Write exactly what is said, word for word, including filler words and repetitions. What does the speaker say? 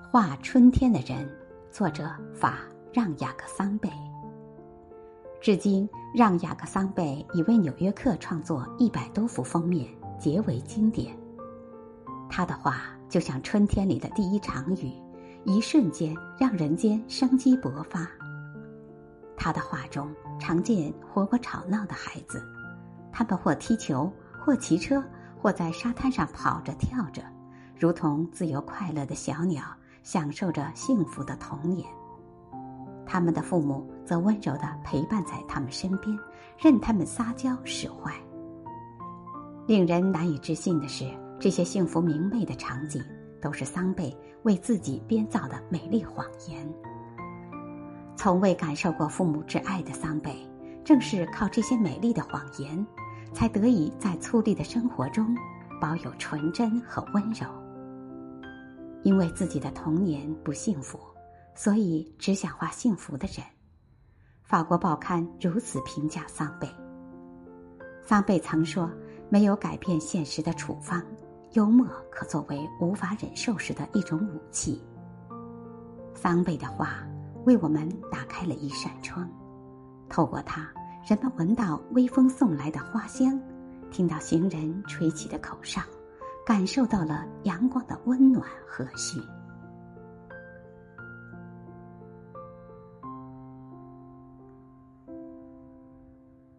画春天的人，作者法让雅克桑贝。至今，让雅克桑贝已为《纽约客》创作一百多幅封面，皆为经典。他的画就像春天里的第一场雨，一瞬间让人间生机勃发。他的画中常见活泼吵闹的孩子，他们或踢球，或骑车，或在沙滩上跑着跳着，如同自由快乐的小鸟，享受着幸福的童年。他们的父母则温柔地陪伴在他们身边，任他们撒娇使坏。令人难以置信的是，这些幸福明媚的场景都是桑贝为自己编造的美丽谎言。从未感受过父母之爱的桑贝，正是靠这些美丽的谎言，才得以在粗粝的生活中保有纯真和温柔。因为自己的童年不幸福，所以只想画幸福的人。法国报刊如此评价桑贝。桑贝曾说，没有改变现实的处方，幽默可作为无法忍受时的一种武器。桑贝的话为我们打开了一扇窗，透过它，人们闻到微风送来的花香，听到行人吹起的口哨，感受到了阳光的温暖和煦。